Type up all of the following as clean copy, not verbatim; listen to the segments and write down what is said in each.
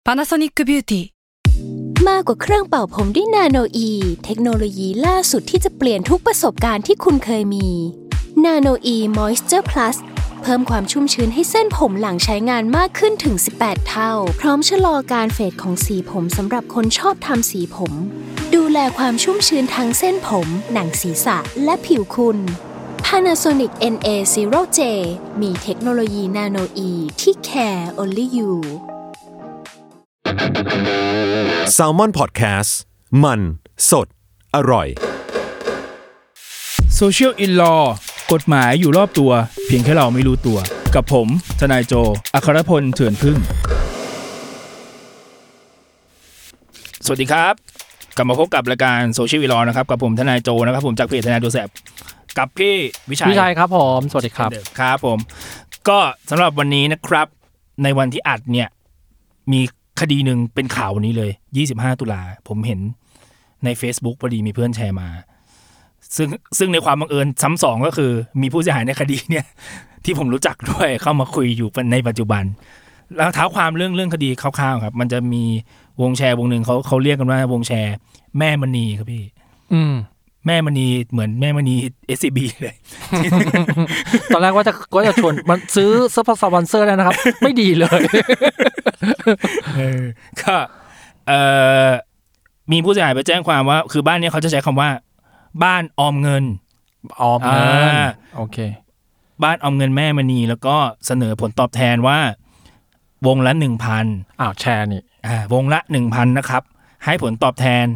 Panasonic Beauty มากกว่าเครื่องเป่าผมด้วยนาโนอีเทคโนโลยีล่าสุดที่จะเปลี่ยนทุกประสบการณ์ที่คุณเคยมีนาโนอีมอยส์เจอร์พลัสเพิ่มความชุ่มชื้นให้เส้นผมหลังใช้งานมากขึ้นถึง18เท่าพร้อมชะลอการเฟดของสีผมสำหรับคนชอบทำสีผมดูแลความชุ่มชื้นทั้งเส้นผมหนังศีรษะและผิวคุณ Panasonic NA0J มีเทคโนโลยีนาโนอีที่ care only you Salmon Podcast มันสดอร่อย Social in Law กฎหมายอยู่รอบตัวเพียงแค่เราไม่รู้ตัวกับผมทนายโจอัครพลเถื่อนพึ่งสวัสดีครับกลับมาพบกับรายการ Social in Law นะครับกับผมทนายโจนะครับผมจากเพจทนายโจแสบกับพี่วิชัยครับผมสวัสดีครับครับผมก็สำหรับวันนี้นะครับในวันที่อัดเนี่ยมีคดีหนึ่งเป็นข่าววันนี้เลย25ตุลาผมเห็นใน Facebook พอดีมีเพื่อนแชร์มาซึ่งในความบังเอิญซ้ำสองก็คือมีผู้เสียหายในคดีเนี่ยที่ผมรู้จักด้วยเข้ามาคุยอยู่ในปัจจุบันแล้วเท้าความเรื่องคดีคร่าวๆครับมันจะมีวงแชร์วงนึงเขาเรียกกันว่าวงแชร์แม่มณีครับพี่แม่มณีเหมือนแม่มณี SCB เลยตอนแรกว่าจะชวนมันซื้อซัพพอร์ตสปอนเซอร์ได้นะครับ ไม่ดีเลยก็มีผู้เสียหายไปแจ้งความว่าคือบ้านนี้เขาจะใช้คำว่าบ้านออมเงินโอเคบ้านออมเงินแม่มณีแล้วก็เสนอผลตอบแทนว่าวงละ 1,000 แชร์นี่วงละ 1,000 นะครับให้ผลตอบแทน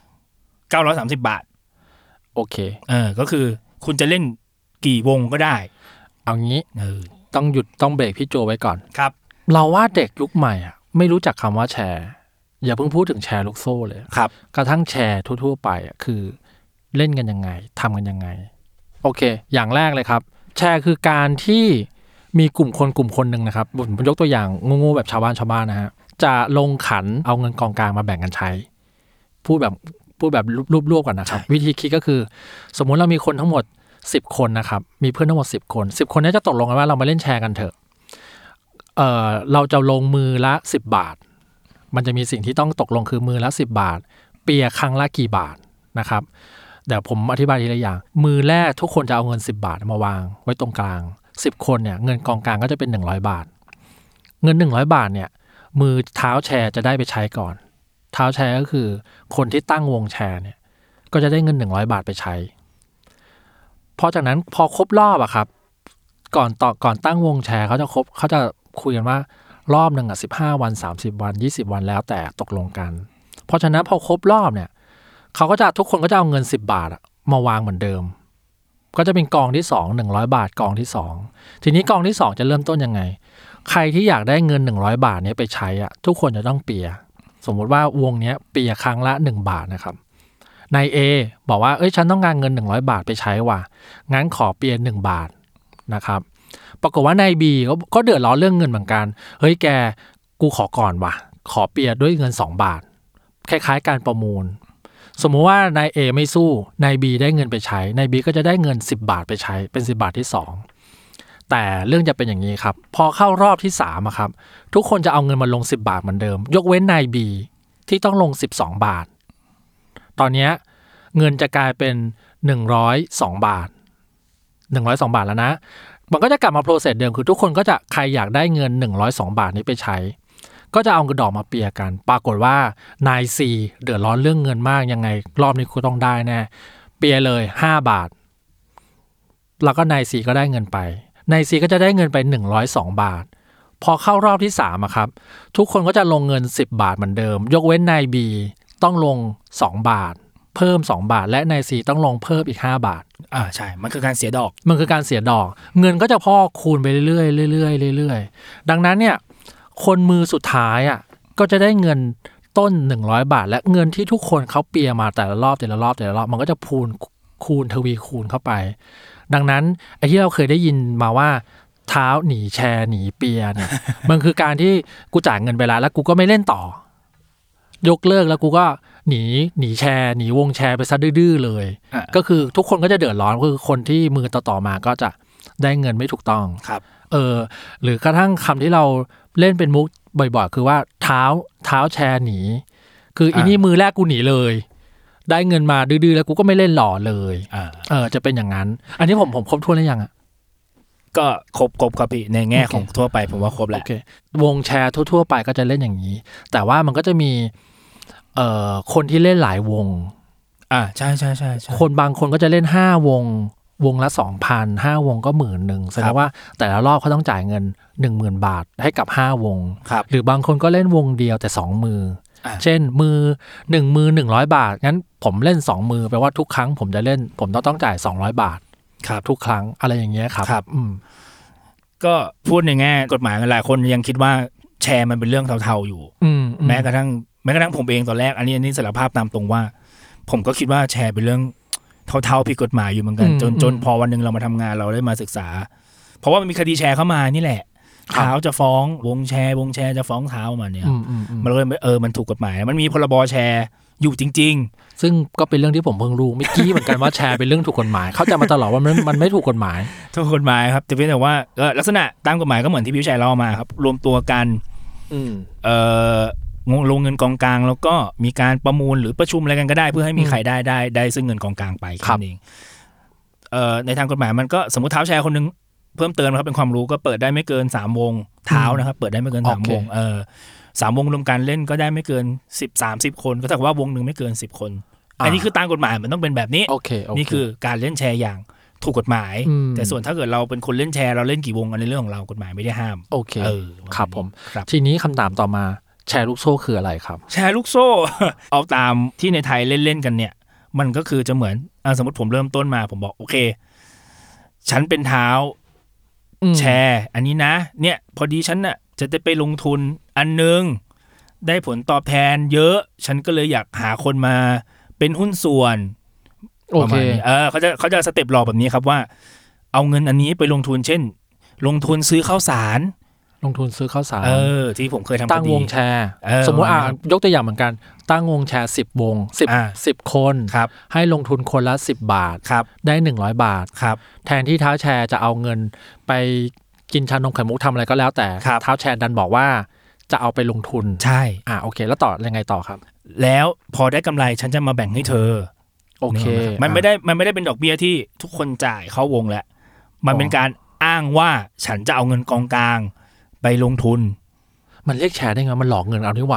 930 บาทโอเคก็คือคุณจะเล่นกี่วงก็ได้เอางี้ต้องเบรกพี่โจไว้ก่อนครับเราว่าเด็กยุคใหม่ไม่รู้จักคำว่าแชร์อย่าเพิ่งพูดถึงแชร์ลูกโซ่เลยครับกระทั่งแชร์ทั่วๆไปคือเล่นกันยังไงทำกันยังไงโอเคอย่างแรกเลยครับแชร์คือการที่มีกลุ่มคนหนึ่งนะครับผมยกตัวอย่างงูๆแบบชาวบ้านนะฮะจะลงขันเอาเงินกองกลางมาแบ่งกันใช้พูดแบบรวบๆก่อนนะครับวิธีคิดก็คือสมมุติเรามีคนทั้งหมด10คนนะครับมีเพื่อนทั้งหมด10คน10คนนี้จะตกลงกันว่าเรามาเล่นแชร์กันเถอะเราจะลงมือละ10บาทมันจะมีสิ่งที่ต้องตกลงคือมือละ10บาทเปียครั้งละกี่บาทนะครับเดี๋ยวผมอธิบายทีละอย่างมือแรกทุกคนจะเอาเงิน10บาทมาวางไว้ตรงกลาง10คนเนี่ยเงินกองกลางก็จะเป็น100บาทเงิน100บาทเนี่ยมือเท้าแชร์จะได้ไปใช้ก่อนเท้าแชร์ก็คือคนที่ตั้งวงแชร์เนี่ยก็จะได้เงิน100บาทไปใช้พอจากนั้นพอครบรอบอะครับก่อนตั้งวงแชร์เขาจะคุยกันว่ารอบนึง15วัน30วัน20วันแล้วแต่ตกลงกันเพราะฉะนั้นพอครบรอบเนี่ยเขาก็จะทุกคนก็จะเอาเงิน10บาทมาวางเหมือนเดิมก็จะเป็นกองที่2 100บาทกองที่2ทีนี้กองที่2จะเริ่มต้นยังไงใครที่อยากได้เงิน100บาทนี้ไปใช้ทุกคนจะต้องเปียสมมุติว่าวงนี้เปียครั้งละ1บาทนะครับนาย A บอกว่าฉันต้องการเงิน100บาทไปใช้ว่ะงั้นขอเปีย1บาทนะครับปรากฏว่านาย B ก็เดือดร้อนเรื่องเงินเหมือนกันเฮ้ยแกกูขอก่อนว่ะขอเปียด้วยเงิน2บาทคล้ายๆการประมูลสมมุติว่านาย A ไม่สู้นาย B ได้เงินไปใช้นาย B ก็จะได้เงิน10บาทไปใช้เป็น10บาทที่2แต่เรื่องจะเป็นอย่างนี้ครับพอเข้ารอบที่3ครับทุกคนจะเอาเงินมาลง10บาทเหมือนเดิมยกเว้นนาย B ที่ต้องลง12บาทตอนนี้เงินจะกลายเป็น102บาท102บาทแล้วนะมันก็จะกลับมาโปรเซสเดิมคือทุกคนก็จะใครอยากได้เงิน102บาทนี้ไปใช้ก็จะเอาเงินดอกมาเปียกันปรากฏว่านาย C เดือดร้อนเรื่องเงินมากยังไงรอบนี้กูต้องได้แน่เปียเลย5บาทแล้วก็นาย C ก็ได้เงินไปนาย C ก็จะได้เงินไป102บาทพอเข้ารอบที่3ครับทุกคนก็จะลงเงิน10บาทเหมือนเดิมยกเว้นนาย B ต้องลง2บาทเพิ่ม2บาทและนาย C ต้องลงเพิ่มอีก5บาทใช่มันคือการเสียดอกเงินก็จะพอกคูณไปเรื่อยๆดังนั้นเนี่ยคนมือสุดท้ายก็จะได้เงินต้น100บาทและเงินที่ทุกคนเขาเปียมาแต่ละรอบมันก็จะคูณทวีคูณเข้าไปดังนั้นไอ้ที่เราเคยได้ยินมาว่าเท้าหนีแชร์หนีเปียเนี่ย มันคือการที่กูจ่ายเงินไปแล้วกูก็ไม่เล่นต่อยกเลิกแล้วกูก็หนีแชร์หนีวงแชร์ไปซะดื้อเลยก็คือทุกคนก็จะเดือดร้อนคือคนที่มือต่อมาก็จะได้เงินไม่ถูกต้องครับหรือกระทั่งคำที่เราเล่นเป็นมุกบ่อยๆคือว่าเท้าแชร์หนีคืออีนี่มือแรกกูหนีเลยได้เงินมาดื้อๆแล้วกูก็ไม่เล่นหล่อเลยจะเป็นอย่างนั้นอันนี้ผมครบถ้วนหรือยังอ่ะก็ครบครับพี่ในแง่ของทั่วไปผมว่าครบแหละวงแชร์ทั่วๆไปก็จะเล่นอย่างนี้แต่ว่ามันก็จะมีคนที่เล่นหลายวงใช่คนบางคนก็จะเล่น5วงละ 2,000 5วงก็10,000แสดงว่าแต่ละรอบเขาต้องจ่ายเงิน 10,000 บาทให้กับ5วงหรือบางคนก็เล่นวงเดียวแต่2มือเช่นมือ1มือ100บาทงั้นผมเล่น2มือแปลว่าทุกครั้งผมจะเล่นผมต้องจ่าย200บาททุกครั้งอะไรอย่างเงี้ยครับก็พูดในแง่กฎหมายหลายคนยังคิดว่าแชร์มันเป็นเรื่องเทาๆอยู่แม้กระทั่งผมเองตอนแรกอันนี้สารภาพตามตรงว่าผมก็คิดว่าแชร์เป็นเรื่องเทาๆผิดกฎหมายอยู่เหมือนกันจนพอวันนึงเรามาทำงานเราได้มาศึกษาเพราะว่ามันมีคดีแชร์เข้ามานี่แหละเท้าจะฟ้องวงแชร์จะฟ้องเท้ามาเนี่ยมันเลยมันถูกกฎหมายมันมีพรบแชร์อยู่จริงๆซึ่งก็เป็นเรื่องที่ผมเพิ่งรู้เมื่อกี้เหมือนกันว่าแชร์เป็นเรื่องถูกกฎหมายเข้าใจมาตลอดว่ามันไม่ถูกกฎหมายถูกกฎหมายครับแต่เพียงแต่ว่าลักษณะตามกฎหมายก็เหมือนที่พี่ชัยเล่ามาครับรวมตัวกันลงเงินกองกลางแล้วก็มีการประมูลหรือประชุมอะไรกันก็ได้เพื่อให้มีใครได้ซึ่งเงินกองกลางไปแค่นั้นเองในทางกฎหมายมันก็สมมติเท้าแชร์คนนึงเพิ่มเติมครับเป็นความรู้ก็เปิดได้ไม่เกิน3วงเท้านะครับเปิดได้ไม่เกิน3วง3วงรวมกันเล่นก็ได้ไม่เกิน10-30คนก็เท่ากับว่าวงนึงไม่เกิน10คนอันนี้คือตามกฎหมายมันต้องเป็นแบบนี้นี่คือการเล่นแชร์อย่างถูกกฎหมายแต่ส่วนถ้าเกิดเราเป็นคนเล่นแชร์เราเล่นกี่วงอันในเรื่องของเรากฎหมายไม่ได้ห้ามโอเคครับผมทีนี้คำถามต่อมาแชร์ลูกโซ่คืออะไรครับแชร์ลูกโซ่ เอาตามที่ในไทยเล่นๆกันเนี่ยมันก็คือจะเหมือนสมมติผมเริ่มต้นมาผมบอกโอเคฉันเป็นเท้าแชร์อันนี้นะเนี่ยพอดีฉันน่ะจะได้ไปลงทุนอันนึงได้ผลตอบแทนเยอะฉันก็เลยอยากหาคนมาเป็นหุ้นส่วนประมาณนี้เขาจะสเต็ปรอแบบนี้ครับว่าเอาเงินอันนี้ไปลงทุนเช่นลงทุนซื้อข้าวสารลงทุนซื้อข้าวสารที่ผมเคยทำตั้งวงแชร์สมมติยกตัวอย่างเหมือนกันตั้งวงแชร์10วง10คนให้ลงทุนคนละ10 บาทได้100 บาทแทนที่เท้าแชร์จะเอาเงินไปกินชานมไข่มุกทำอะไรก็แล้วแต่เท้าแชร์ดันบอกว่าจะเอาไปลงทุนใช่โอเคแล้วต่อยังไงต่อครับแล้วพอได้กำไรฉันจะมาแบ่งให้เธอโอเคมันไม่ได้เป็นดอกเบี้ยที่ทุกคนจ่ายเข้าวงแหละมันเป็นการอ้างว่าฉันจะเอาเงินกองกลางไปลงทุนมันเรียกแชร์ได้ไงมันหลอกเงินเอานี่หว่า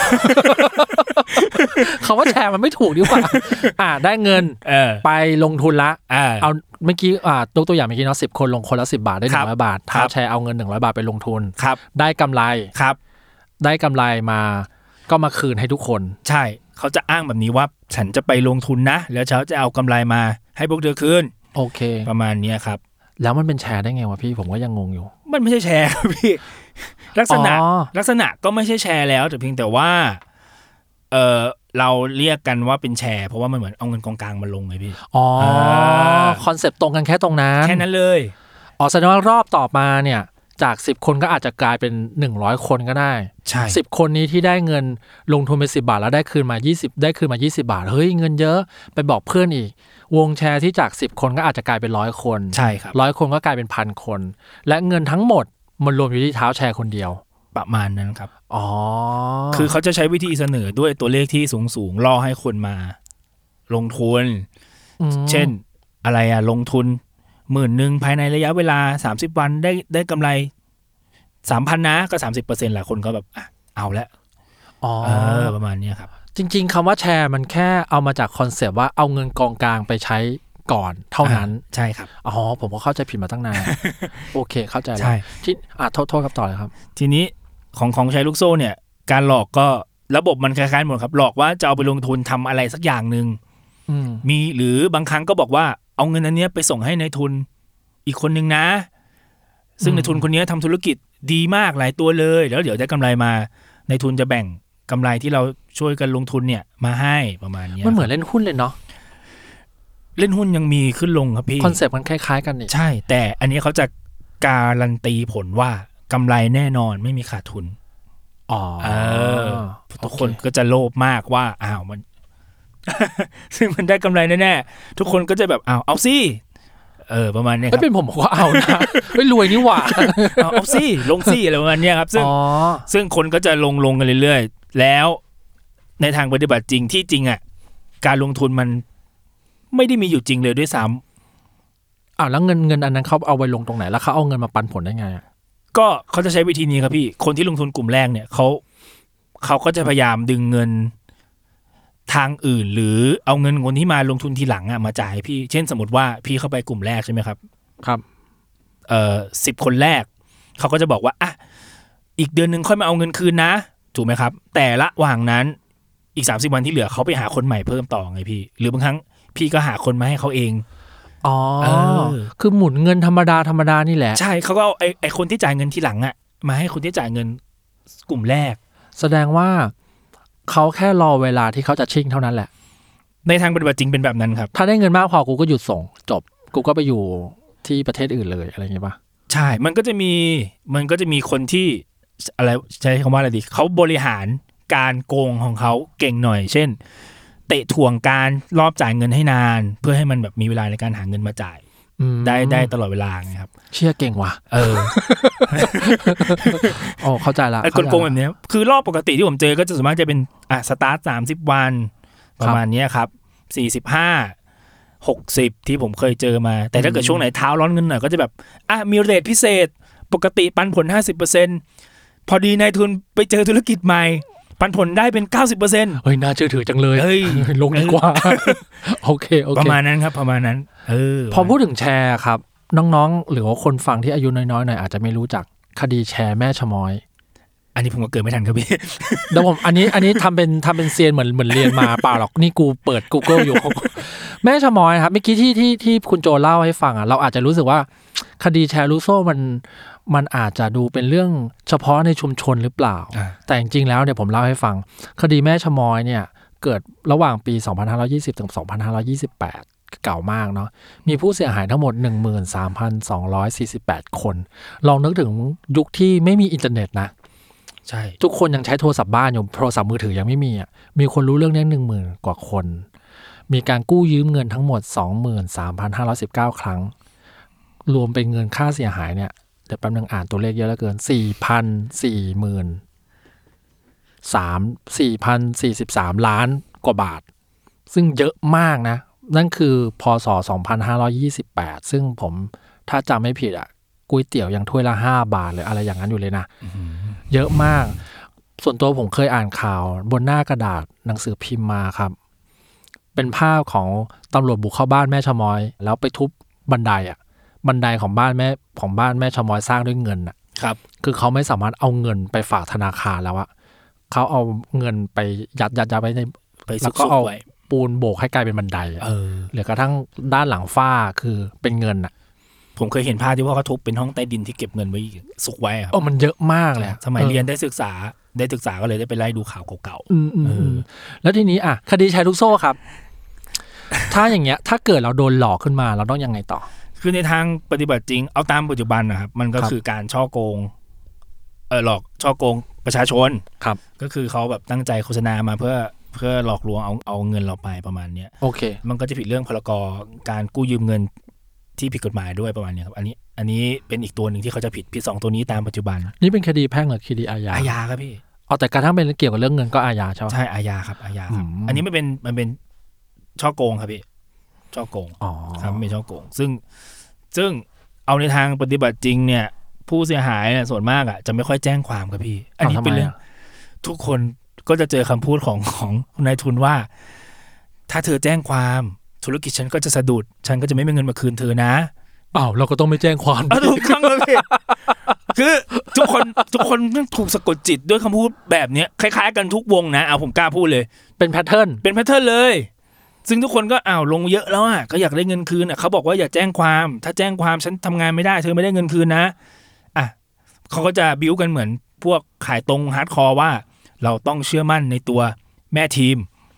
เขาว่าแชร์มันไม่ถูกดีกว่าได้เงินไปลงทุนละเอาเมื่อกี้ตัวอย่างเมื่อกี้เนาะ10คนลงคนละ10 บาทได้100 บาทถ้าแชร์เอาเงิน100 บาทไปลงทุนได้กำไรได้กำไรมาก็มาคืนให้ทุกคนใช่เขาจะอ้างแบบนี้ว่าฉันจะไปลงทุนนะแล้วฉันจะเอากำไรมาให้พวกเธอคืนโอเคประมาณนี้ครับแล้วมันเป็นแชร์ได้ไงวะพี่ผมก็ยังงงอยู่มันไม่ใช่แชร์ครับพี่ลักษณะก็ไม่ใช่แชร์แล้วแต่เพียงแต่ว่าเราเรียกกันว่าเป็นแชร์เพราะว่ามันเหมือนเอาเงินกองกลางมาลงไงพี่คอนเซ็ปต์ตรงกันแค่ตรงนั้นแค่นั้นเลยแสดงว่ารอบต่อมาเนี่ยจาก10คนก็อาจจะกลายเป็น100คนก็ได้ใช่ 10คนนี้ที่ได้เงินลงทุนไป10 บาทแล้วได้คืนมา20บาทเฮ้ยเงินเยอะไปบอกเพื่อนอีกวงแชร์ที่จาก10คนก็อาจจะกลายเป็น100คนใช่ครับ 100คนก็กลายเป็น1,000คนและเงินทั้งหมดมันรวมอยู่ที่เท้าแชร์คนเดียวประมาณนั้นครับคือเขาจะใช้วิธีเสนอด้วยตัวเลขที่สูงล่อให้คนมาลงทุนเช่นอะไรลงทุน10,000ภายในระยะเวลา30วันได้กำไร 3,000 นะก็ 30% แหละคนก็แบบเอาแล้วประมาณนี้ครับจริงๆคำว่าแชร์มันแค่เอามาจากคอนเซปต์ว่าเอาเงินกองกลางไปใช้ก่อนเท่านั้นใช่ครับผมก็เข้าใจผิดมาตั้งนาน โอเคเข้าใจแล้วที่โทษครับต่อเลยครับทีนี้ของใช้ลูกโซ่เนี่ยการหลอกก็ระบบมันคล้ายๆหมดครับหลอกว่าจะเอาไปลงทุนทำอะไรสักอย่างนึงมีหรือบางครั้งก็บอกว่าเอาเงินอันนี้ไปส่งให้นายทุนอีกคนนึงนะซึ่งนายทุนคนนี้ทำธุรกิจดีมากหลายตัวเลยแล้วเดี๋ยวได้กำไรมานายทุนจะแบ่งกำไรที่เราช่วยกันลงทุนเนี่ยมาให้ประมาณนี้มันเหมือนเล่นหุ้นเลยเนาะเล่นหุ้นยังมีขึ้นลงครับพี่คอนเซ็ปต์มันคล้ายๆกันนี่ใช่แต่อันนี้เขาจะการันตีผลว่ากำไรแน่นอนไม่มีขาดทุนทุกคนก็จะโลภมากว่ามัน ซึ่งมันได้กำไรแน่ๆทุกคนก็จะแบบเอาสิประมาณเนี้ยคไม่รับเป็นผมก็เอานะไม่รวยนี่หว่าเอาซี่ลงซี่อะไรประมาณเนี้ยครับซึ่งคนก็จะลงกันเรื่อยๆแล้วในทางปฏิบัติจริงที่จริงอ่ะการลงทุนมันไม่ได้มีอยู่จริงเลยด้วยซ้ำแล้วเงินอันนั้นเขาเอาไปลงตรงไหนแล้วเขาเอาเงินมาปันผลได้ไงก็เขาจะใช้วิธีนี้ครับพี่คนที่ลงทุนกลุ่มแรกเนี่ยเขาก็จะพยายามดึงเงินทางอื่นหรือเอาเงินคนที่มาลงทุนทีหลังมาจ่ายพี่เช่นสมมติว่าพี่เข้าไปกลุ่มแรกใช่ไหมครับครับ 10 คนแรกเขาก็จะบอกว่าอีกเดือนนึงค่อยมาเอาเงินคืนนะถูกไหมครับแต่ละระหว่างนั้นอีก30 วันที่เหลือเขาไปหาคนใหม่เพิ่มต่อไงพี่หรือบางครั้งพี่ก็หาคนมาให้เขาเองคือหมุนเงินธรรมดานี่แหละใช่เขาก็เอาไอ้คนที่จ่ายเงินทีหลังมาให้คนที่จ่ายเงินกลุ่มแรกแสดงว่าเขาแค่รอเวลาที่เขาจะชิ่งเท่านั้นแหละในทางปฏิบัติจริงเป็นแบบนั้นครับถ้าได้เงินมากพอกูก็หยุดส่งจบกูก็ไปอยู่ที่ประเทศอื่นเลยอะไรอย่างเงี้ยป่ะใช่มันก็จะมีคนที่อะไรใช้คำว่าอะไรดีเขาบริหารการโกงของเขาเก่งหน่อยเช่นเตะถ่วงการรอบจ่ายเงินให้นานเพื่อให้มันแบบมีเวลาในการหาเงินมาจ่ายได้ตลอดเวลาไงครับเชื่อเก่งว่ะเข้าใจละคนโกงแบบนี้คือรอบปกติที่ผมเจอก็จะส่วนมากจะเป็นสตาร์ท30 วันประมาณนี้ครับ45-60ที่ผมเคยเจอมาแต่ถ้าเกิดช่วงไหนเท้าร้อนเงินหน่อยก็จะแบบมีเรทพิเศษปกติปันผล 50% พอดีนายทุนไปเจอธุรกิจใหม่ปันผลได้เป็น 90% เฮ้ยน่าเชื่อถือจังเลยลงดีกว่าโอเคประมาณนั้นครับประมาณนั้นพอพูดถึงแชร์ครับน้องๆหรือว่าคนฟังที่อายุน้อยๆหน่อยอาจจะไม่รู้จักคดีแชร์แม่ชะม้อยอันนี้ผมก็เกิดไม่ทันครับพี่เดี๋ยวผมอันนี้ทำเป็นเซียนเหมือนเรียนมาเปล่าหรอกนี่กูเปิด Google อยู่ แม่ชะม้อยครับเมื่อกี้ที่คุณโจเล่าให้ฟังเราอาจจะรู้สึกว่าคดีแชร์ลูกโซ่มันอาจจะดูเป็นเรื่องเฉพาะในชุมชนหรือเปล่าแต่จริงๆแล้วเนี่ยผมเล่าให้ฟังคดีแม่ชะม้อยเนี่ยเกิดระหว่างปี2520ถึง2528เก่ามากเนาะมีผู้เสียหายทั้งหมด 13,248 คนลองนึกถึงยุคที่ไม่มีอินเทอร์เน็ตนะใช่ทุกคนยังใช้โทรศัพท์บ้านอยู่โทรศัพท์มือถือยังไม่มีมีคนรู้เรื่องนี้ 10,000 กว่าคนมีการกู้ยืมเงินทั้งหมด 23,519 ครั้งรวมเป็นเงินค่าเสียหายเนี่ยเดี๋ยวแป๊บนึงอ่านตัวเลขเยอะเหลือเกิน 4,043 ล้านกว่าบาทซึ่งเยอะมากนะนั่นคือพศ2528ซึ่งผมถ้าจำไม่ผิดก๋วยเตี๋ยวยังถ้วยละ5 บาทหรืออะไรอย่างนั้นอยู่เลยนะเยอะมากส่วนตัวผมเคยอ่านข่าวบนหน้ากระดาษหนังสือพิมพ์มาครับเป็นภาพของตำรวจบุกเข้าบ้านแม่ชะม้อยแล้วไปทุบบันไดของบ้านแม่ชะม้อยสร้างด้วยเงินครับคือเขาไม่สามารถเอาเงินไปฝากธนาคารแล้วเขาเอาเงินไปยัดไว้ในแล้วก็เอาปูนโบกให้กลายเป็นบันไดเหลือกระทั่งด้านหลังฝ้าคือเป็นเงินผมเคยเห็นภาพที่ว่าเขาทุบเป็นห้องใต้ดินที่เก็บเงินไว้สุกไว้ครับมันเยอะมากเลยสมัยเรียนได้ศึกษาก็เลยได้ไปไล่ดูข่าวเก่าๆแล้วทีนี้คดีแชร์ลูกโซ่ครับ ถ้าอย่างเงี้ยถ้าเกิดเราโดนหลอกขึ้นมาเราต้องยังไงต่อคือในทางปฏิบัติจริงเอาตามปัจจุบันนะครับมันก็คือการช่อโกงหลอกช่อโกงประชาชนครับก็คือเขาแบบตั้งใจโฆษณามาเพื่อหลอกลวงเอาเงินเราไปประมาณนี้โอเคมันก็จะผิดเรื่องพรกการกู้ยืมเงินที่ผิดกฎหมายด้วยประมาณนี้ครับอันนี้เป็นอีกตัวหนึ่งที่เขาจะผิด2ตัวนี้ตามปัจจุบันนี่เป็นคดีแพ่งหรือคดีอาญาครับพี่แต่การทั้งเป็นเกี่ยวกับเรื่องเงินก็อาญาใช่ไหมใช่อาญาครับอาญาครับอันนี้มันเป็นช่อโกงครับพี่ช่อโกงครับไม่ช่อโกงซึ่งเอาในทางปฏิบัติจริงเนี่ยผู้เสียหายเนี่ยส่วนมากจะไม่ค่อยแจ้งความครับพี่อันนี้เป็นเรื่องทุกคนก็จะเจอคำพูดของนายทุนว่าถ้าเธอแจ้งความธุรกิจฉันก็จะสะดุดฉันก็จะไม่มีเงินมาคืนเธอนะเราก็ต้องไม่แจ้งความถูกต้องเลยคือทุกคนถูกสะกดจิตด้วยคำพูดแบบนี้คล้ายๆกันทุกวงนะผมกล้าพูดเลยเป็นแพทเทิร์นเลยซึ่งทุกคนก็ลงเยอะแล้วก็อยากได้เงินคืนเขาบอกว่าอย่าแจ้งความถ้าแจ้งความฉันทำงานไม่ได้เธอไม่ได้เงินคืนนะเขาก็จะบิ้วกันเหมือนพวกขายตรงฮาร์ดคอร์ว่าเราต้องเชื่อมั่นในตัวแม่ทีม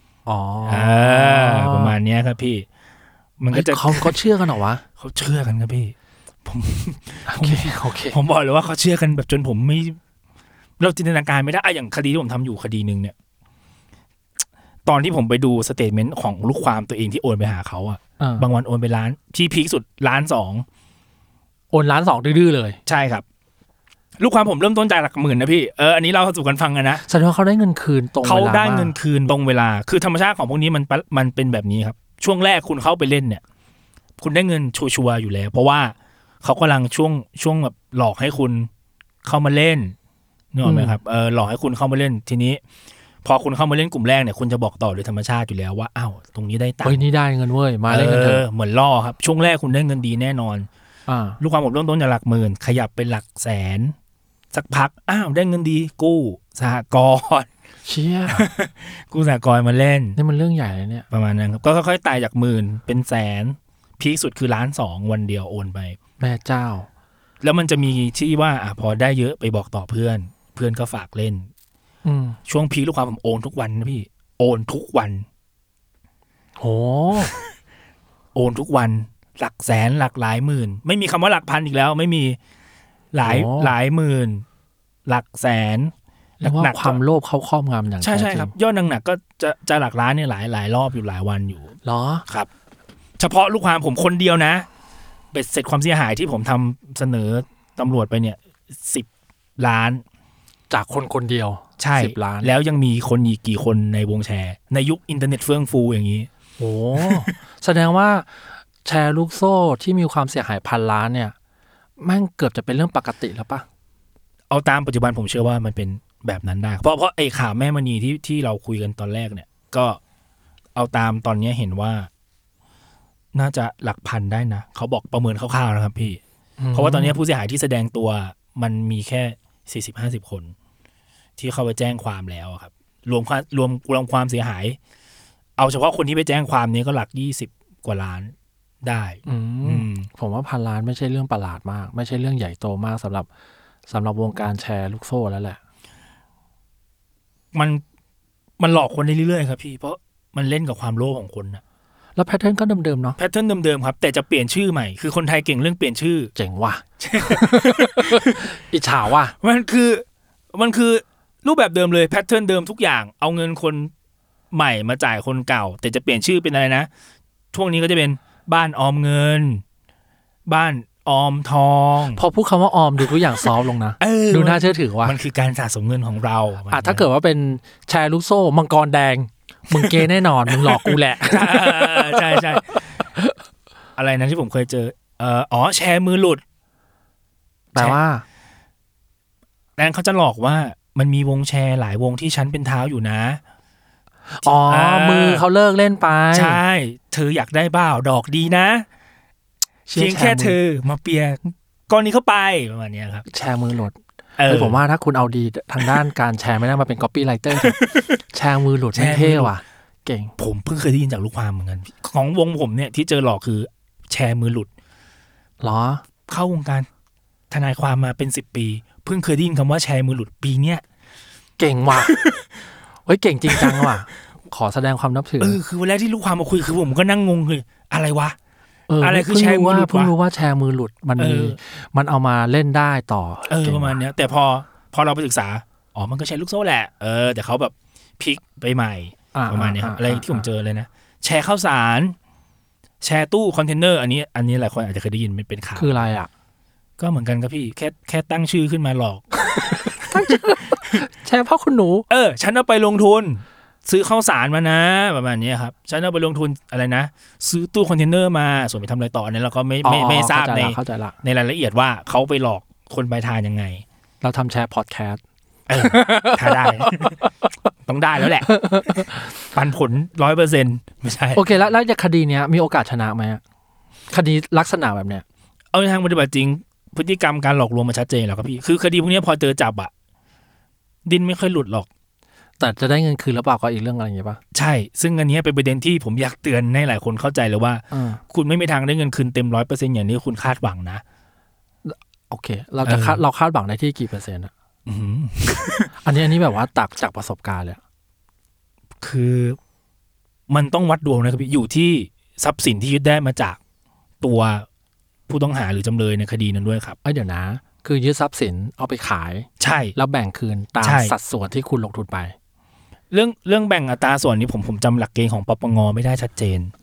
ประมาณนี้ครับพี่มันก็จะเขาเชื่อกันเหรอวะเขาเชื่อกันครับพี่โอเคผมบอกเลยว่าเขาเชื่อกันแบบจนผมไม่เราจินตนาการไม่ได้อย่างคดีที่ผมทำอยู่คดีนึงเนี่ยตอนที่ผมไปดูสเตทเมนต์ของลูกความตัวเองที่โอนไปหาเขาบางวันโอนไปล้านที่พีคสุด1.2 ล้านโอน1.2 ล้านดื้อๆเลยใช่ครับลูกความผมเริ่มต้นจ่ายหลักหมื่นนะพี่อันนี้เราสู่กันฟังกันนะแสดงว่าเขาได้เงินคืนตรงเวลาเขาได้เงินคืนตรงเวลาคือธรรมชาติของพวกนี้มันเป็นแบบนี้ครับช่วงแรกคุณเข้าไปเล่นเนี่ยคุณได้เงินชัวร์อยู่แล้วเพราะว่าเขากำลังช่วงแบบหลอกให้คุณเข้ามาเล่นนึกออกไหมครับหลอกให้คุณเข้ามาเล่นทีนี้พอคุณเข้ามาเล่นกลุ่มแรกเนี่ยคุณจะบอกต่อโดยธรรมชาติอยู่แล้วว่าอ้าวตรงนี้ได้ตังค์นี่ได้เงินเว้ยมาเล่นกันเถอะเหมือนล่อครับช่วงแรกคุณได้เงินดีแน่นอนลูกความผมเริ่มต้นจากหลักหมื่นขยับเป็นหลักแสนสักพักอ้าวได้เงินดีกู้สหกรณ์เชี่ยกู้สหกรณ์มาเล่นนี่มันเรื่องใหญ่เลยเนี่ยประมาณนั้นครับก็ค่อยๆไต่จากหมื่นเป็นแสนพีคสุดคือ1.2 ล้านวันเดียวโอนไปแม่เจ้าแล้วมันจะมีที่ว่าพอได้เยอะไปบอกต่อเพื่อนก็ฝากเล่นช่วงพีคลูกความผมโอนทุกวันนะพี่โอนทุกวันโหโอนทุกวันหลักแสนหลักหลายหมื่นไม่มีคำว่าหลักพันอีกแล้วไม่มีหลายหมื่นหลักแสนแล้วว่าความโลภเข้าครอบงำอย่างใช่ครับยอดหนักๆก็จะหลักล้านเนี่ยหลายรอบอยู่หลายวันอยู่เหรอครับเฉพาะลูกความผมคนเดียวนะเบ็ดเสร็จความเสียหายที่ผมทำเสนอตำรวจไปเนี่ย10 ล้านจากคนเดียวใช่ 10 ล้านแล้วยังมีคนอีกกี่คนในวงแชร์ในยุคอินเทอร์เน็ตเฟื่องฟูอย่างนี้โอ้ แสดงว่าแชร์ลูกโซ่ที่มีความเสียหาย1,000 ล้านเนี่ยแม่งเกือบจะเป็นเรื่องปกติแล้วปะเอาตามปัจจุบันผมเชื่อว่ามันเป็นแบบนั้นได้เพราะไอ้ข่าวแม่มณีที่เราคุยกันตอนแรกเนี่ยก็เอาตามตอนนี้เห็นว่าน่าจะหลักพันได้นะเขาบอกประเมินคร่าวๆนะครับพี่เพราะว่าตอนนี้ผู้เสียหายที่แสดงตัวมันมีแค่ 40-50 คนที่เข้าไปแจ้งความแล้วครับรวมความเสียหายเอาเฉพาะคนที่ไปแจ้งความนี้ก็หลัก20 กว่าล้านได้ผมว่า1,000 ล้านไม่ใช่เรื่องประหลาดมากไม่ใช่เรื่องใหญ่โตมากสำหรับวงการแชร์ลูกโซ่แล้วแหละมันหลอกคนได้เรื่อยๆครับพี่เพราะมันเล่นกับความโลภของคนนะแล้วแพทเทิร์นก็เดิมๆเนาะแพทเทิร์นเดิมๆครับแต่จะเปลี่ยนชื่อใหม่คือคนไทยเก่งเรื่องเปลี่ยนชื่อเจ๋งว่ะ อิจฉาว่ะมันคือรูปแบบเดิมเลยแพทเทิร์นเดิมทุกอย่างเอาเงินคนใหม่มาจ่ายคนเก่าแต่จะเปลี่ยนชื่อเป็นอะไรนะช่วงนี้ก็จะเป็นบ้านออมเงินบ้านออมทองพอพูดคำว่าออมดูทุกอย่างซอฟลงนะดูน่าเชื่อถือว่ะมันคือการสะสมเงินของเราถ้าเกิดว่าเป็นแชร์ลูกโซ่มังกรแดงมึงเกแน่นอนมึงหลอกกูแหละใช่ใช่อะไรนะที่ผมเคยเจอแชร์มือหลุดแปลว่านั้นเขาจะหลอกว่ามันมีวงแชร์หลายวงที่ฉันเป็นเท้าอยู่นะมือเขาเลิกเล่นไปใช่เธออยากได้บ้าดอกดีนะเพียงแค่เธอมาเปียก้อนนี้เข้าไปประมาณนี้ครับแชร์มือหลุดผมว่าถ้าคุณเอาดีทางด้านการแชร์ไม่ได้มาเป็น copywriter แชร์มือหลุดไม่เท่ว่ะเก่งผมเพิ่งเคยได้ยินจากลูกความเหมือนกันของวงผมเนี่ยที่เจอหลอกคือแชร์มือหลุดหรอเข้าวงการทนายความมาเป็น10 ปีเพิ่งเคยได้ยินคำว่าแชร์มือหลุดปีเนี้ยเก่งว่ะเฮ้ยเก่งจริงจังว่ะขอแสดงความนับถือคือวันแรกที่ลูกความมาคุยคือผมก็นั่งงงคืออะไรวะอะไรคือแชร์มือหลุดเพิ่งรู้ว่าแชร์มือหลุดมันเอามาเล่นได้ต่อประมาณเนี้ยแต่พอเราไปศึกษามันก็แชร์ลูกโซ่แหละแต่เขาแบบพลิกไปใหม่ประมาณนี้ครับอะไรที่ผมเจอเลยนะแชร์ข้าวสารแชร์ตู้คอนเทนเนอร์อันนี้หลายคนอาจจะเคยได้ยินเป็นข่าวคืออะไรอ่ะก็เหมือนกันครับพี่แค่ตั้งชื่อขึ้นมาหลอกแชร์พ่อคุณหนูฉันเอาไปลงทุนซื้อข้าวสารมานะประมาณนี้ครับฉันเอาไปลงทุนอะไรนะซื้อตู้คอนเทนเนอร์มาส่วนไปทำอะไรต่อเนี่ยเราก็ไม่ทราบในรายละเอียดว่าเขาไปหลอกคนปลายทางยังไงเราทำแชร์พอดแคสต์ถ้าได้ต้องได้แล้วแหละปันผล 100% ไม่ใช่โอเคแล้วจากคดีเนี้ยมีโอกาสชนะไหมคดีลักษณะแบบเนี้ยเอาในทางปฏิบัติจริงพฤติกรรมการหลอกลวงมาชัดเจนแล้วครับพี่คือคดีพวกนี้พอเจอจับอะดินไม่ค่อยหลุดหรอกแต่จะได้เงินคืนหรือเปล่าก็อีกเรื่องอะไรอย่างเงี้ยป่ะใช่ซึ่งอันนี้เป็นประเด็นที่ผมอยากเตือนให้หลายคนเข้าใจเลยว่าคุณไม่มีทางได้เงินคืนเต็ม 100% อย่างนี้คุณคาดหวังนะโอเคเราคาดหวังได้ที่กี่เปอร์เซ็นต์อะอันนี้แบบว่าตักจากประสบการณ์เลยคือมันต้องวัดดวงนะครับพี่อยู่ที่ทรัพย์สินที่ยึดได้มาจากตัวผู้ต้องหาหรือจำเลยในคดีนั้นด้วยครับเดี๋ยวนะคือยึดทรัพย์สินเอาไปขายใช่แล้วแบ่งคืนตามสัดส่วนที่คุณลงทุนไปเรื่องแบ่งอัตราส่วนนี้ผมจำหลักเกณฑ์ของปปงไม่ได้ชัดเจนครับ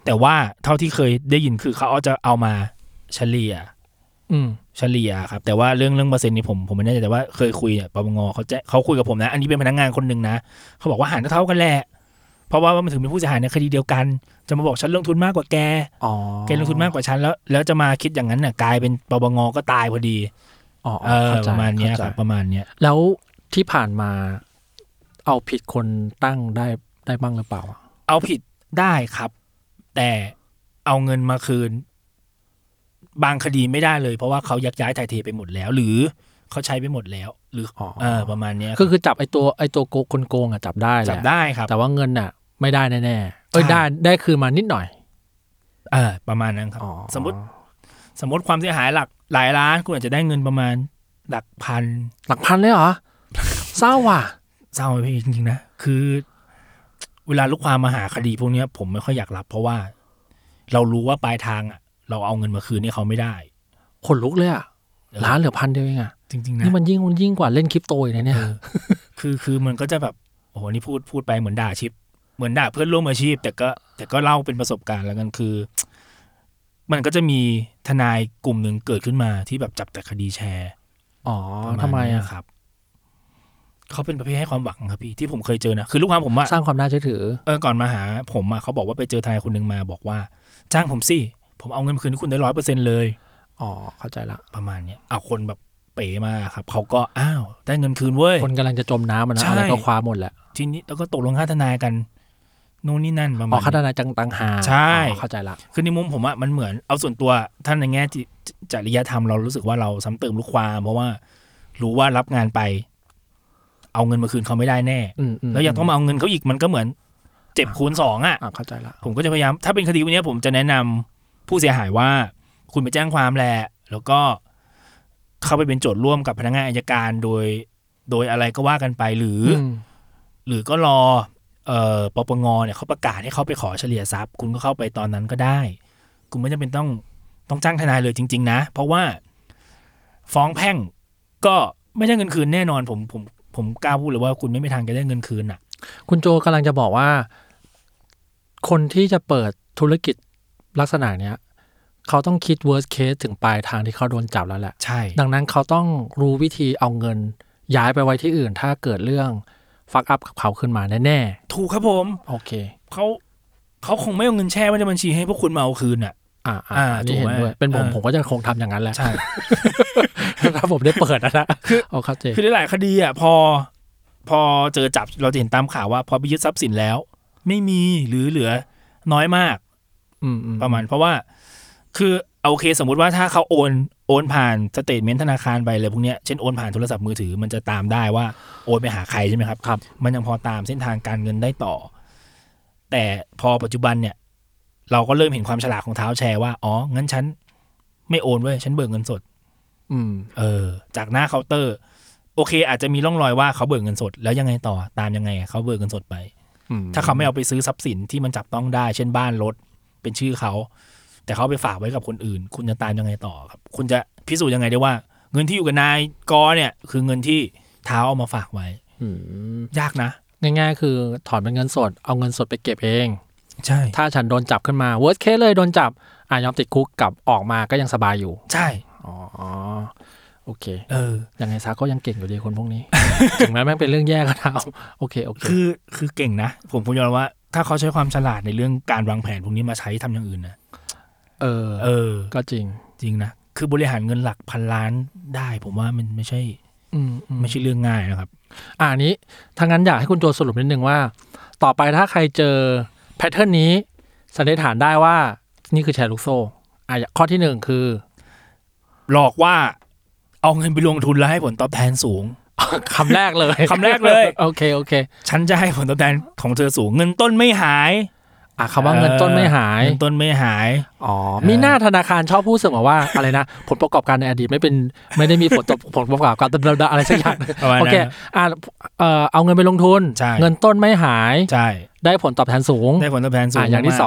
แต่ว่าเท่าที่เคยได้ยินคือเขาจะเอามาเฉลี่ยครับแต่ว่าเรื่องเปอร์เซ็นต์นี่ผมไม่แน่ใจแต่ว่าเคยคุยปปงเขาคุยกับผมนะอันนี้เป็นพนักงานคนนึงนะเขาบอกว่าหารเท่ากันแหละเพราะว่ามันถึงเป็นผู้เสียหายในคดีเดียวกันจะมาบอกฉันลงทุนมากกว่าแกลงทุนมากกว่าฉันแล้วจะมาคิดอย่างนั้นน่ะกลายเป็นปปงก็ตายพอดีประมาณนี้ครับประมาณนี้แล้วที่ผ่านมาเอาผิดคนตั้งได้บ้างหรือเปล่าเอาผิดได้ครับแต่เอาเงินมาคืนบางคดีไม่ได้เลยเพราะว่าเขายักย้ายถ่ายเทไปหมดแล้วหรือเขาใช้ไปหมดแล้วหรือประมาณนี้คือจับไอ้ตัวคนโกงอ่ะจับได้ครับแต่ว่าเงินอ่ะไม่ได้แน่ๆได้คืนมานิดหน่อยประมาณนั้นครับสมมติความเสียหายหลายล้านคุณอาจจะได้เงินประมาณหลักพันเลยเหรอ เศร้าว่ะเศร้าไปจริงๆนะคือเวลาลูกความมาหาคดีพวกนี้ผมไม่ค่อยอยากรับเพราะว่าเรารู้ว่าปลายทางอ่ะเราเอาเงินมาคืนให้เขาไม่ได้ขนลุกเลยอ่ะล้านเหลือ1,000เดียวเองอ่ะจริงๆนะนี่มันยิ่งกว่าเล่นคริปโตอีกนะเนี่ยคือมันก็จะแบบโอ้โหนี่พูดไปเหมือนด่าชิปเหมือนด่าเพื่อนร่วมอาชีพแต่ก็เล่าเป็นประสบการณ์แล้วกันคือมันก็จะมีทนายกลุ่มหนึ่งเกิดขึ้นมาที่แบบจับแต่คดีแชร์ทำไมอ่ะครับเขาเป็นประเภทให้ความหวังครับพี่ที่ผมเคยเจอนะคือลูกความผมอะสร้างความน่าเชื่อถือก่อนมาหาผมอะเขาบอกว่าไปเจอทนายคนนึงมาบอกว่าจ้างผมสิผมเอาเงินคืนให้คุณได้ 100% เลยเข้าใจละประมาณนี้เอาคนแบบเป๋มาครับเขาก็ได้เงินคืนเว้ยคนกำลังจะจมน้ำนะอะไรก็คว้าหมดแหละทีนี้แล้วก็ตกลงค่าทนายกันนู่นนี่นั่นประมาณค่าทนายต่างหากใช่เข้าใจละคือในมุมผมอะมันเหมือนเอาส่วนตัวท่านในแง่จริยธรรมเรารู้สึกว่าเราซ้ำเติมลูกความเพราะว่ารู้ว่ารับงานไปเอาเงินมาคืนเขาไม่ได้แน่แล้วยังต้องมาเอาเงินเขาอีกมันก็เหมือนเจ็บคูณ2อ่ะเข้าใจละผมก็จะพยายามถ้าเป็นคดีวันนี้ผมจะแนะนำผู้เสียหายว่าคุณไปแจ้งความแหละแล้วก็เข้าไปเป็นโจทย์ร่วมกับพนักงานอัยการโดยอะไรก็ว่ากันไปหรือก็รอปปงเนี่ยเขาประกาศให้เขาไปขอเฉลี่ยทรัพย์คุณก็เข้าไปตอนนั้นก็ได้คุณไม่จำเป็นต้องจ้างทนายเลยจริงๆนะเพราะว่าฟ้องแพ่งก็ไม่ได้เงินคืนแน่นอนผมกล้าพูดเลยว่าคุณไม่มีทางจะได้เงินคืนอ่ะคุณโจกำลังจะบอกว่าคนที่จะเปิดธุรกิจลักษณะเนี้ยเขาต้องคิด worst case ถึงปลายทางที่เขาโดนจับแล้วแหละใช่ดังนั้นเขาต้องรู้วิธีเอาเงินย้ายไปไว้ที่อื่นถ้าเกิดเรื่องฟักอัพกับเขาขึ้นมาแน่ๆถูกครับผมโอเคเขาคงไม่เอาเงินแช่ไว้ในบัญชีให้พวกคุณมาเอาคืนอ่ะนี่เห็นด้วยเป็นผมก็จะคงทำอย่างนั้นแหละใช่ถ้าผมได้เปิดนะคือหลายคดีอ่ะพอเจอจับเราจะเห็นตามข่าวว่าพอไปยึดทรัพย์สินแล้วไม่มีหรือเหลือน้อยมากประมาณเพราะว่าคือโอเคสมมุติว่าถ้าเขาโอนผ่านสเตทเมนต์ธนาคารไปเลยพวกเนี้ยเช่นโอนผ่านโทรศัพท์มือถือมันจะตามได้ว่าโอนไปหาใครใช่ไหมครับมันยังพอตามเส้นทางการเงินได้ต่อแต่พอปัจจุบันเนี่ยเราก็เริ่มเห็นความฉลาดของเท้าแชร์ว่างั้นฉันไม่โอนเว้ยฉันเบิกเงินสดจากหน้าเคาน์เตอร์โอเคอาจจะมีร่องรอยว่าเขาเบิกเงินสดแล้วยังไงต่อตามยังไงเขาเบิกเงินสดไปถ้าเขาไม่เอาไปซื้อทรัพย์สินที่มันจับต้องได้เช่นบ้านรถเป็นชื่อเขาแต่เขาไปฝากไว้กับคนอื่นคุณจะตามยังไงต่อครับคุณจะพิสูจน์ยังไงได้ว่าเงินที่อยู่กับนายกเนี่ยคือเงินที่เท้าเอามาฝากไว้ยากนะง่ายๆคือถอนเป็นเงินสดเอาเงินสดไปเก็บเองใช่ถ้าฉันโดนจับขึ้นมา worst case เลยโดนจับยอมติดคุกกับออกมาก็ยังสบายอยู่ใช่โอเคยังไงซะก็ยังเก่งอยู่ดีคนพวกนี้ ถึงแม้แม่งเป็นเรื่องแย่ก็ตามโอเคคือเก่งนะผมยอมรับว่าถ้าเขาใช้ความฉลาดในเรื่องการวางแผนพวกนี้มาใช้ทำอย่างอื่นนะก็จริงนะคือบริหารเงินหลักพันล้านได้ผมว่ามันไม่ใช่เรื่องง่ายนะครับอันนี้ถ้างั้นอยากให้คุณโจสรุปนิดนึงว่าต่อไปถ้าใครเจอแพทเทิร์นนี้สันนิษฐานได้ว่านี่คือแชร์ลูกโซ่ข้อที่1คือหลอกว่าเอาเงินไปลงทุนแล้วให้ผลตอบแทนสูงคำแรกเลยโอเคฉันจะให้ผลตอบแทนของเธอสูงเงินต้นไม่หายคำว่าเงินต้นไม่หายมีหน้าธนาคารชอบพูดเสมอว่าอะไรนะผลประกอบการในอดีตไม่ได้มีผลประกอบการอะไรสักอย่างโอเคเอาเงินไปลงทุนเงินต้นไม่หายได้ผลตอบแทนสูงอย่างที่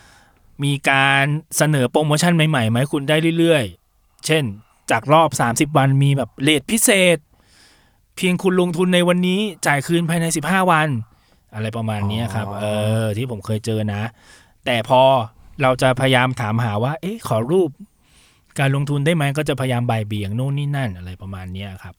2 มีการเสนอโปรโมชั่นใหม่ๆไหมคุณได้เรื่อยๆเช่นจากรอบ30วันมีแบบเรทพิเศษเพียงคุณลงทุนในวันนี้จ่ายคืนภายใน15วันอะไรประมาณนี้ครับที่ผมเคยเจอนะแต่พอเราจะพยายามถามหาว่าขอรูปการลงทุนได้ไหมก็จะพยายามบ่ายเบี่ยงโน่นนี่นั่นอะไรประมาณนี้ครับ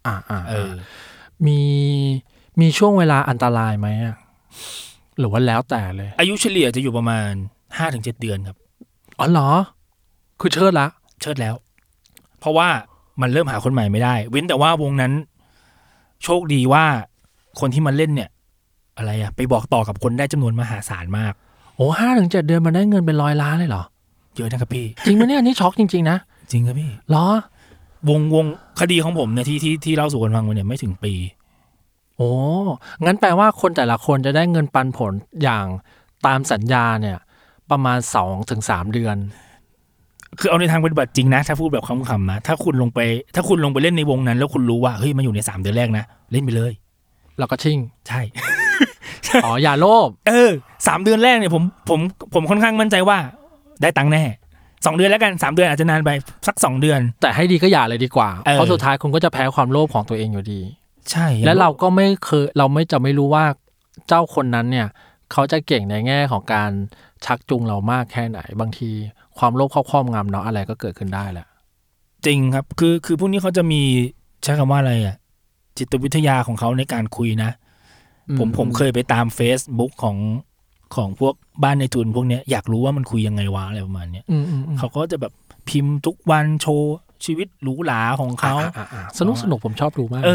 มีช่วงเวลาอันตรายไหมหรือว่าแล้วแต่เลยอายุเฉลี่ยจะอยู่ประมาณ 5-7 เดือนครับอ๋อเหรอคือเชิดแล้วเพราะว่ามันเริ่มหาคนใหม่ไม่ได้เว้นแต่ว่าวงนั้นโชคดีว่าคนที่มาเล่นเนี่ยอะไรไปบอกต่อกับคนได้จำนวนมหาศาลมากโอ้ 5-7 เดือนมันได้เงินเป็น100 ล้านเลยเหรอเยอะนะครับพี่จริงไหมเนี่ยนี่ช็อกจริงๆนะจริงครับพี่เหรอวงคดีของผมเนี่ยที่เล่าสู่กันฟังมาเนี่ยไม่ถึงปีโอ้งั้นแปลว่าคนแต่ละคนจะได้เงินปันผลอย่างตามสัญญาเนี่ยประมาณ 2-3 เดือนคือเอาในทางปฏิบัติจริงนะถ้าพูดแบบคำๆนะถ้าคุณลงไปเล่นในวงนั้นแล้วคุณรู้ว่าเฮ้ยมาอยู่ใน3 เดือนแรกนะเล่นไปเลยแล้วก็ชิ่งใช่อ๋ออย่าโลภ 3 เดือนแรกเนี่ยผมค่อนข้างมั่นใจว่าได้ตังค์แน่2 เดือนแล้วกัน3 เดือนอาจจะนานไปสัก2 เดือนแต่ให้ดีก็อย่าเลยดีกว่าเพราะสุดท้ายคุณก็จะแพ้ความโลภของตัวเองอยู่ดีใช่และเราก็ไม่รู้ว่าเจ้าคนนั้นเนี่ยเขาจะเก่งในแง่ของการชักจูงเรามากแค่ไหนบางทีความโลภเข้าครอบงำเนาะอะไรก็เกิดขึ้นได้แหละจริงครับคือพวกนี้เขาจะมีใช้คำว่าอะไรจิตวิทยาของเขาในการคุยนะผมเคยไปตาม Facebook ของพวกบ้านในทุนพวกเนี้ยอยากรู้ว่ามันคุยยังไงวะอะไรประมาณเนี้ยเขาก็จะแบบพิมพ์ทุกวันโชว์ชีวิตหรูหราของเขาสนุกผมชอบดูมาก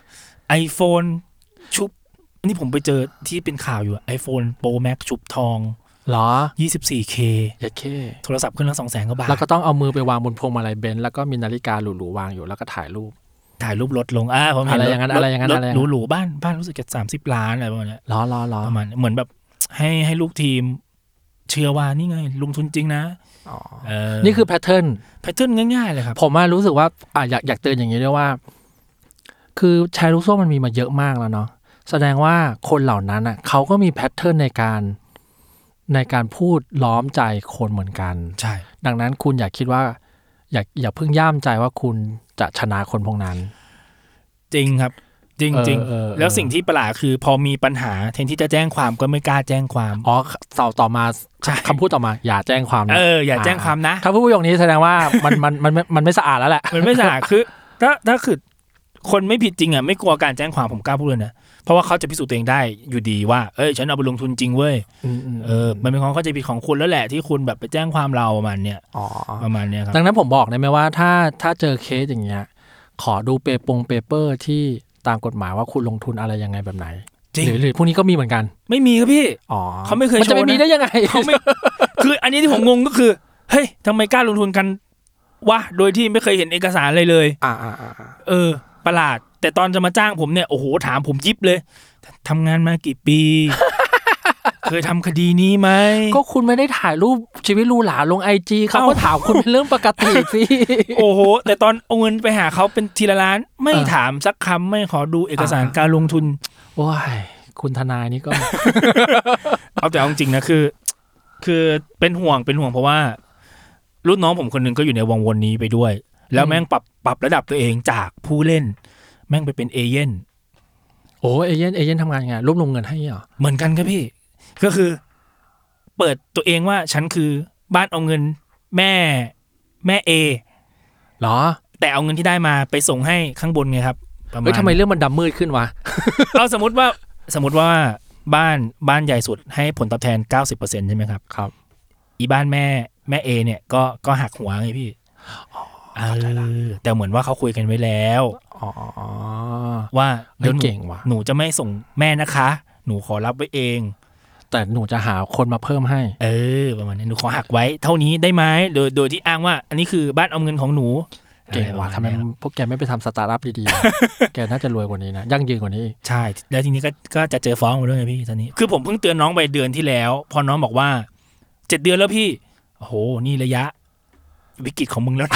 iPhone ชุบนี่ผมไปเจอที่เป็นข่าวอยู่ iPhone Pro Max ชุบทองเหรอ 24K โทรศัพท์เครื่องละ 200,000 กว่าบาทแล้วก็ต้องเอามือไปวางบนพวงมาลัยเบนซ์แล้วก็มีนาฬิกาหรูๆวางอยู่แล้วก็ถ่ายรูปรถลงผมเห็นอะไรอย่างนั้นหรูๆบ้านรู้สึกจะ30 ล้านอะไรประมาณนี้ล้อประมาณเหมือนแบบให้ลูกทีมเชื่อว่านี่ไงลงทุนจริงนะนี่คือแพทเทิร์นง่ายๆเลยครับผมรู้สึกว่าอยากเตือนอย่างนี้ด้วยว่าคือแชร์ลูกโซ่มันมีมาเยอะมากแล้วเนาะแสดงว่าคนเหล่านั้นเขาก็มีแพทเทิร์นในการพูดล้อมใจคนเหมือนกันใช่ดังนั้นคุณอย่าคิดว่าอย่าเพิ่งย่ามใจว่าคุณจะชนะคนพวกนั้นจริงครับจริงแล้วสิ่งที่ประหลาดคือพอมีปัญหาแทนที่จะแจ้งความก็ไม่กล้าแจ้งความต่อมาคำพูดต่อมาอย่าแจ้งความนะอย่าแจ้งความนะคำพูดประโยคนี้แสดงว่ามันไม่สะอาดแล้วแหละมันไม่สะอาดคือถ้าคือคนไม่ผิดจริงไม่กลัวการแจ้งความผมกล้าพูดเลยนะเพราะว่าเขาจะพิสูจน์ตัวเองได้อยู่ดีว่าฉันเอาไปลงทุนจริงเว้ยมันเป็นความเข้าใจผิดของคุณแล้วแหละที่คุณแบบไปแจ้งความเราประมาณเนี้ยครับดังนั้นผมบอกได้ไหมว่าถ้าเจอเคสอย่างเงี้ยขอดูเปเปอร์ที่ตามกฎหมายว่าคุณลงทุนอะไรยังไงแบบไหนหรือพวกนี้ก็มีเหมือนกันไม่มีครับพี่เขาไม่เคยโชว์นะมันจะไม่มีได้ยังไงเขาไม่คืออันนี้ที่ผมงงก็คือเฮ้ยทำไมกล้าลงทุนกันวะโดยที่ไม่เคยเห็นเอกสารอะไรเลยประหลาดแต่ตอนจะมาจ้างผมเนี่ยโอ้โหถามผมยิบเลยทำงานมากี่ปี เคยทำคดีนี้ไหมก็คุณไม่ได้ถ่ายรูปชีวิตหรูหราลง IG เขาก็ถามคุณเป็นเรื่องปกติสิโอ้โหแต่ตอนเอาเงินไปหาเขาเป็นทีละล้านไม่ถามสักคำไม่ขอดูเอกสารการลงทุนโอ้ยคุณทนายนี่ก็เอาแต่เอาจริงนะคือเป็นห่วงเพราะว่ารุ่นน้องผมคนนึงก็อยู่ในวงวนนี้ไปด้วยแล้วแม่งปรับระดับตัวเองจากผู้เล่นแม่งไปเป็นเอเย่นโอ้เอเย่นทำงานไงรวบรวมเงินให้เหรอเหมือนกันครับพี่ก็คือเปิดตัวเองว่าฉันคือบ้านเอาเงินแม่เอเหรอแต่เอาเงินที่ได้มาไปส่งให้ข้างบนไงครับทำไมเรื่องมันดำมืดขึ้นวะเอาสมมติว่าบ้านใหญ่สุดให้ผลตอบแทน 90% ใช่ไหมครับครับอีบ้านแม่เอเนี่ยก็หักหัวไงพี่แต่เหมือนว่าเขาคุยกันไว้แล้วว่าเดี๋ยวเก่งว่ะหนูจะไม่ส่งแม่นะคะหนูขอรับไว้เองแต่หนูจะหาคนมาเพิ่มให้ประมาณนี้หนูขอหักไว้เท่านี้ได้ไหมโดยที่อ้างว่าอันนี้คือบ้านเอาเงินของหนูเก่งว่ะทำไมพวกแกไม่ไปทำสตาร์ทอัพดีๆ แกน่าจะรวยกว่านี้นะยั่งยืนกว่านี้ใช่แล้วทีนี้ก็จะเจอฟ้องมาด้วยไงพี่ตอนนี้คือผมเพิ่งเตือนน้องไปเดือนที่แล้วพอน้องบอกว่า7 เดือนแล้วพี่โอ้โหนี่ระยะวิกฤตของมึงแล้วนะ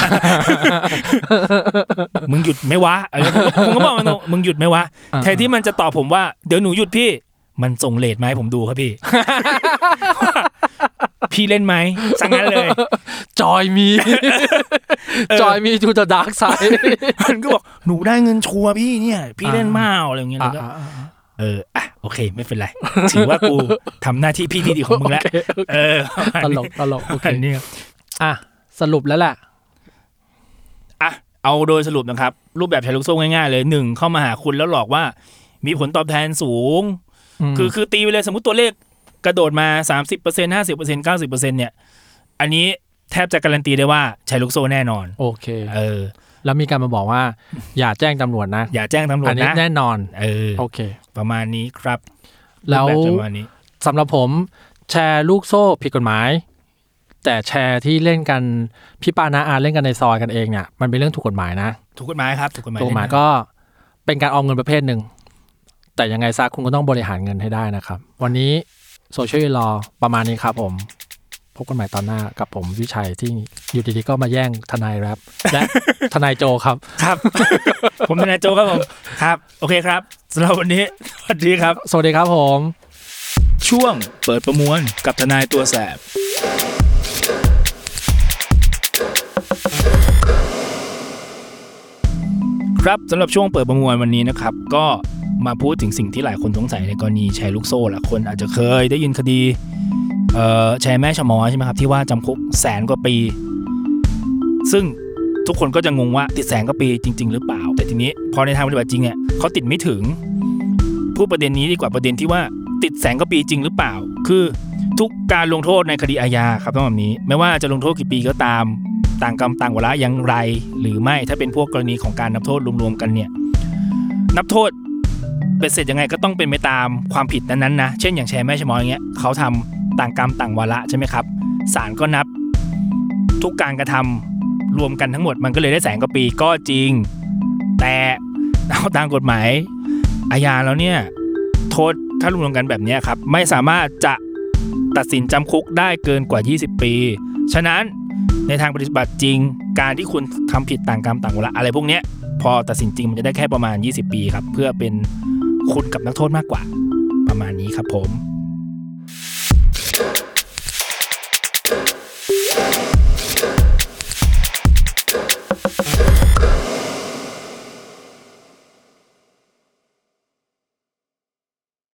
มึงหยุดไหมวะผมก็บอกมันมึงหยุดไหมวะแทนที่มันจะตอบผมว่าเดี๋ยวหนูหยุดพี่มันส่งเรทมาให้ผมดูครับพี่ พี่เล่นไหมสั่งงั้นเลยจอยมีทูเดอะดาร์กไซด์มันก็บอกหนูได้เงินชัวร์พี่เนี่ยพี่เล่นมาอะไรอย่างเงี้ยแล้วก็โอเคไม่เป็นไรถือว่ากูทำหน้าที่พี่ที่ดีของมึงแล้วตลกโอเคนี่สรุปแล้วแหละเอาโดยสรุปนะครับรูปแบบแชร์ลูกโซ่ง่ายๆเลย1เข้ามาหาคุณแล้วหลอกว่ามีผลตอบแทนสูงคือตีไปเลยสมมุติตัวเลขกระโดดมา 30% 50% 90% เนี่ยอันนี้แทบจะการันตีได้ว่าแชร์ลูกโซ่แน่นอนโอเคแล้วมีการมาบอกว่าอย่าแจ้งตำรวจนะอย่าแจ้งตำรวจนะอันนี้แน่นอนโอเคประมาณนี้ครับแล้วสำหรับผมแชร์ลูกโซ่ผิดกฎหมายแต่แชร์ที่เล่นกันพี่ป้าน้าอาเล่นกันในซอยกันเองเนี่ยมันเป็นเรื่องถูกกฎหมายนะถูกกฎหมายครับถูกกฎหมายก็เป็นการออมเงินประเภทหนึ่งแต่ยังไงซะคุณก็ต้องบริหารเงินให้ได้นะครับวันนี้โซเชียลลอประมาณนี้ครับผมพบกันใหม่ตอนหน้ากับผมวิชัยที่อยู่ดีๆก็มาแย่งทนายแรปและทนายโจครับผมทนายโจครับผมครับโอเคครับสำหรับวันนี้สวัสดีครับสวัสดีครับผมช่วงเปิดประมวลกับทนายตัวแสบครับสำหรับช่วงเปิดประมวลวันนี้นะครับก็มาพูดถึงสิ่งที่หลายคนสงสัยในกรณีแชร์ลูกโซ่ละคนอาจจะเคยได้ยินคดีแชร์แม่ชะมอใช่ไหมครับที่ว่าจำคุก100,000 กว่าปีซึ่งทุกคนก็จะงงว่าติด100,000 กว่าปีจริงๆหรือเปล่าแต่ทีนี้พอในทางปฏิบัติจริงเนี่ยเขาติดไม่ถึงพูดประเด็นนี้ดีกว่าประเด็นที่ว่าติด100,000 กว่าปีจริงหรือเปล่าคือทุกการลงโทษในคดีอาญาครับต้องแบบนี้ไม่ว่าจะลงโทษกี่ปีก็ตามต่างกรรมต่างวาระอย่างไรหรือไม่ถ้าเป็นพวกกรณีของการนับโทษรวมๆกันเนี่ยนับโทษเป็นเสร็จยังไงก็ต้องเป็นไปตามความผิดนั้นๆนะเช่นอย่างแชร์แม่ชะมออย่างเงี้ยเขาทำต่างกรรมต่างวาระใช่ไหมครับศาลก็นับทุกการกระทำรวมกันทั้งหมดมันก็เลยได้100,000 กว่าปีก็จริงแต่เอาตามกฎหมายอาญาแล้วเนี่ยโทษถ้ารวมกันแบบนี้ครับไม่สามารถจะตัดสินจำคุกได้เกินกว่า20 ปีฉะนั้นในทางปฏิบัติจริงการที่คุณทำผิดต่างกรรมต่างวาระอะไรพวกนี้พอตัดสินจริงมันจะได้แค่ประมาณ20 ปีครับเพื่อเป็นคุณกับนักโทษมากกว่าประมาณนี้ครับผม